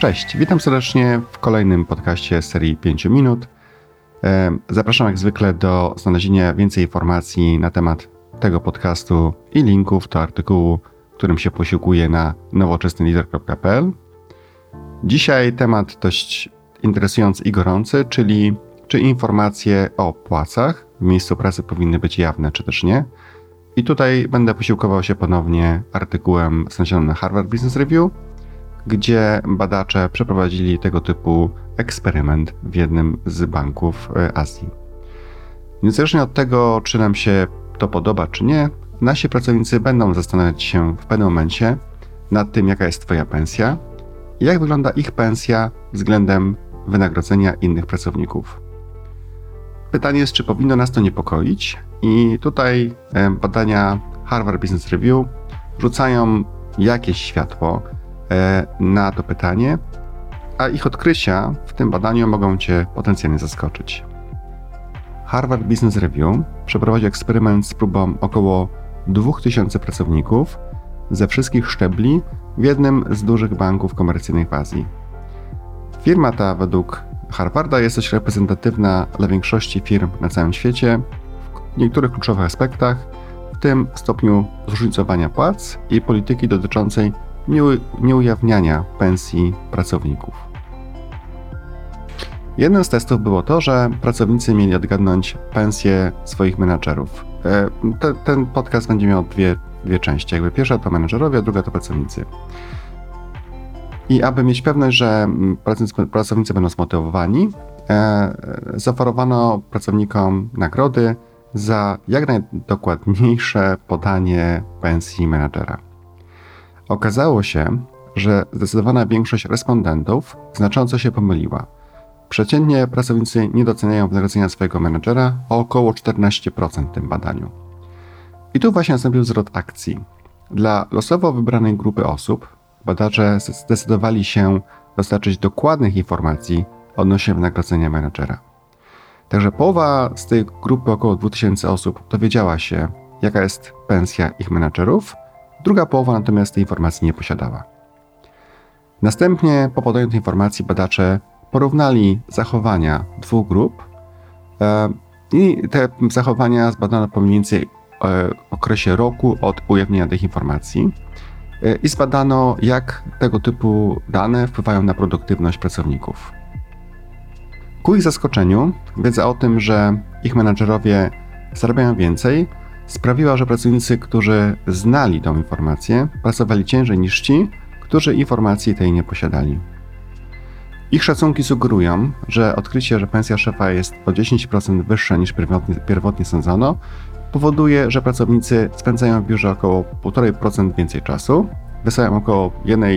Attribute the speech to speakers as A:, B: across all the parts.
A: Cześć, witam serdecznie w kolejnym podcaście serii 5 minut. Zapraszam jak zwykle do znalezienia więcej informacji na temat tego podcastu i linków do artykułu, którym się posiłkuję na nowoczesnylider.pl. Dzisiaj temat dość interesujący i gorący, czyli czy informacje o płacach w miejscu pracy powinny być jawne, czy też nie. I tutaj będę posiłkował się ponownie artykułem znalezionym na Harvard Business Review, gdzie badacze przeprowadzili tego typu eksperyment w jednym z banków Azji. Niezależnie od tego, czy nam się to podoba, czy nie, nasi pracownicy będą zastanawiać się w pewnym momencie nad tym, jaka jest Twoja pensja i jak wygląda ich pensja względem wynagrodzenia innych pracowników. Pytanie jest, czy powinno nas to niepokoić, i tutaj badania Harvard Business Review rzucają jakieś światło na to pytanie, a ich odkrycia w tym badaniu mogą Cię potencjalnie zaskoczyć. Harvard Business Review przeprowadził eksperyment z próbą około 2000 pracowników ze wszystkich szczebli w jednym z dużych banków komercyjnych w Azji. Firma ta według Harvarda jest dość reprezentatywna dla większości firm na całym świecie w niektórych kluczowych aspektach, w tym stopniu zróżnicowania płac i polityki dotyczącej nieujawniania pensji pracowników. Jednym z testów było to, że pracownicy mieli odgadnąć pensję swoich menadżerów. Ten podcast będzie miał dwie części. Jakby pierwsza to menadżerowie, a druga to pracownicy. I aby mieć pewność, że pracownicy będą zmotywowani, zaoferowano pracownikom nagrody za jak najdokładniejsze podanie pensji menadżera. Okazało się, że zdecydowana większość respondentów znacząco się pomyliła. Przeciętnie pracownicy nie doceniają wynagrodzenia swojego menadżera o około 14% w tym badaniu. I tu właśnie nastąpił zwrot akcji. Dla losowo wybranej grupy osób badacze zdecydowali się dostarczyć dokładnych informacji odnośnie wynagrodzenia menadżera. Także połowa z tej grupy, około 2000 osób, dowiedziała się, jaka jest pensja ich menadżerów, druga połowa natomiast tej informacji nie posiadała. Następnie po podaniu tej informacji badacze porównali zachowania dwóch grup i te zachowania zbadano po mniej więcej okresie roku od ujawnienia tych informacji i zbadano, jak tego typu dane wpływają na produktywność pracowników. Ku ich zaskoczeniu, wiedza o tym, że ich menadżerowie zarabiają więcej, sprawiła, że pracownicy, którzy znali tą informację, pracowali ciężej niż ci, którzy informacji tej nie posiadali. Ich szacunki sugerują, że odkrycie, że pensja szefa jest o 10% wyższa niż pierwotnie sądzono, powoduje, że pracownicy spędzają w biurze około 1,5% więcej czasu, wysyłają około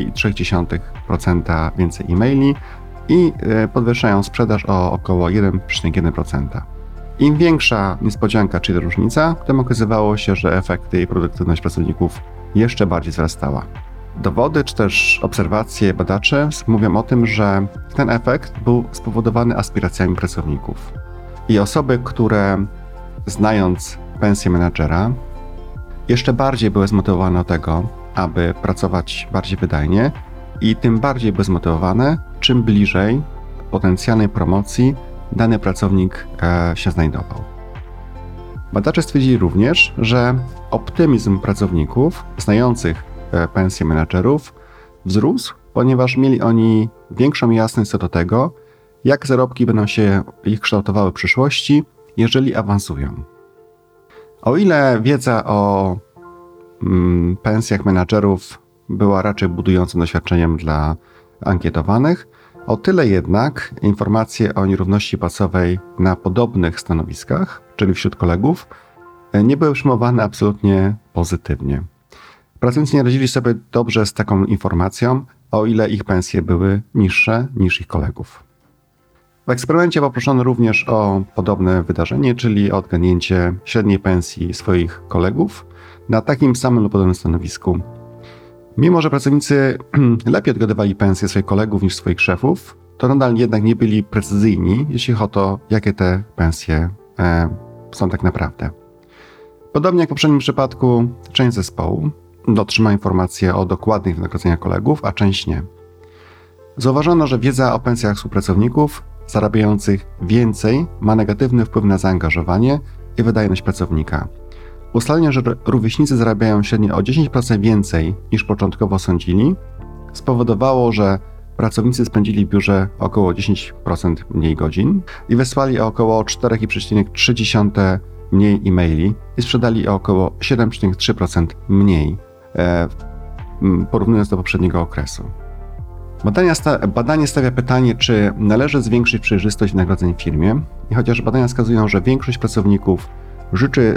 A: 1,3% więcej e-maili i podwyższają sprzedaż o około 1,1%. Im większa niespodzianka czy różnica, tym okazywało się, że efekty i produktywność pracowników jeszcze bardziej wzrastała. Dowody czy też obserwacje badaczy mówią o tym, że ten efekt był spowodowany aspiracjami pracowników. I osoby, które znając pensję menadżera, jeszcze bardziej były zmotywowane do tego, aby pracować bardziej wydajnie i tym bardziej były zmotywowane, czym bliżej potencjalnej promocji dany pracownik się znajdował. Badacze stwierdzili również, że optymizm pracowników znających pensje menadżerów wzrósł, ponieważ mieli oni większą jasność co do tego, jak zarobki będą się ich kształtowały w przyszłości, jeżeli awansują. O ile wiedza o pensjach menadżerów była raczej budującym doświadczeniem dla ankietowanych, o tyle jednak informacje o nierówności płacowej na podobnych stanowiskach, czyli wśród kolegów, nie były przyjmowane absolutnie pozytywnie. Pracownicy nie radzili sobie dobrze z taką informacją, o ile ich pensje były niższe niż ich kolegów. W eksperymencie poproszono również o podobne wydarzenie, czyli o odgadnięcie średniej pensji swoich kolegów na takim samym lub podobnym stanowisku. Mimo że pracownicy lepiej odgadywali pensje swoich kolegów niż swoich szefów, to nadal jednak nie byli precyzyjni, jeśli chodzi o to, jakie te pensje są tak naprawdę. Podobnie jak w poprzednim przypadku, część zespołu otrzyma informacje o dokładnych wynagrodzeniach kolegów, a część nie. Zauważono, że wiedza o pensjach współpracowników zarabiających więcej ma negatywny wpływ na zaangażowanie i wydajność pracownika. Ustalenie, że rówieśnicy zarabiają średnio o 10% więcej niż początkowo sądzili, spowodowało, że pracownicy spędzili w biurze około 10% mniej godzin i wysłali o około 4,3 mniej e-maili i sprzedali o około 7,3% mniej, porównując do poprzedniego okresu. Badanie stawia pytanie, czy należy zwiększyć przejrzystość wynagrodzeń w firmie i chociaż badania wskazują, że większość pracowników życzy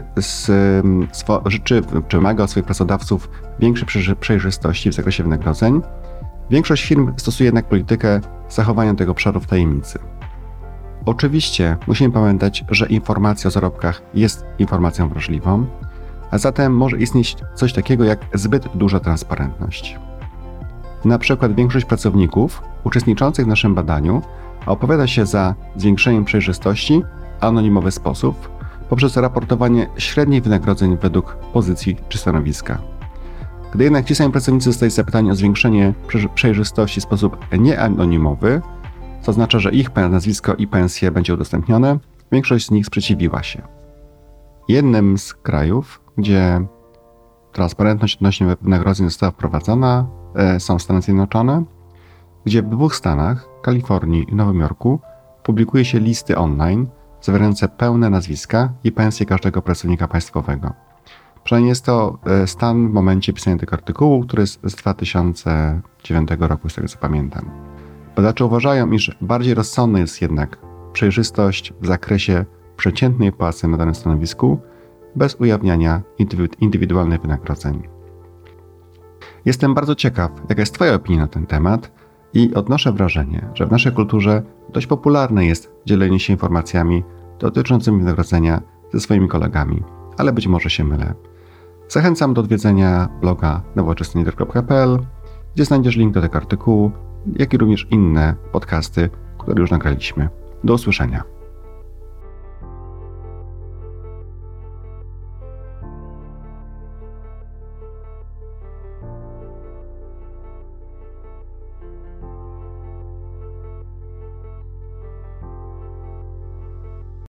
A: czy wymaga od swoich pracodawców większej przejrzystości w zakresie wynagrodzeń, większość firm stosuje jednak politykę zachowania tego obszaru w tajemnicy. Oczywiście musimy pamiętać, że informacja o zarobkach jest informacją wrażliwą, a zatem może istnieć coś takiego jak zbyt duża transparentność. Na przykład większość pracowników uczestniczących w naszym badaniu opowiada się za zwiększeniem przejrzystości w anonimowy sposób poprzez raportowanie średnich wynagrodzeń według pozycji czy stanowiska. Gdy jednak ci sami pracownicy zostali zapytani o zwiększenie przejrzystości w sposób nieanonimowy, co oznacza, że ich nazwisko i pensje będzie udostępnione, większość z nich sprzeciwiła się. Jednym z krajów, gdzie transparentność odnośnie wynagrodzeń została wprowadzona, są Stany Zjednoczone, gdzie w 2 stanach, Kalifornii i Nowym Jorku, publikuje się listy online zawierające pełne nazwiska i pensje każdego pracownika państwowego. Przynajmniej jest to stan w momencie pisania tego artykułu, który jest z 2009 roku, z tego co pamiętam. Badacze uważają, iż bardziej rozsądna jest jednak przejrzystość w zakresie przeciętnej płacy na danym stanowisku bez ujawniania indywidualnych wynagrodzeń. Jestem bardzo ciekaw, jaka jest Twoja opinia na ten temat i odnoszę wrażenie, że w naszej kulturze dość popularne jest dzielenie się informacjami dotyczącymi wynagrodzenia ze swoimi kolegami, ale być może się mylę. Zachęcam do odwiedzenia bloga nowoczesnylider.pl, gdzie znajdziesz link do tego artykułu, jak i również inne podcasty, które już nagraliśmy. Do usłyszenia.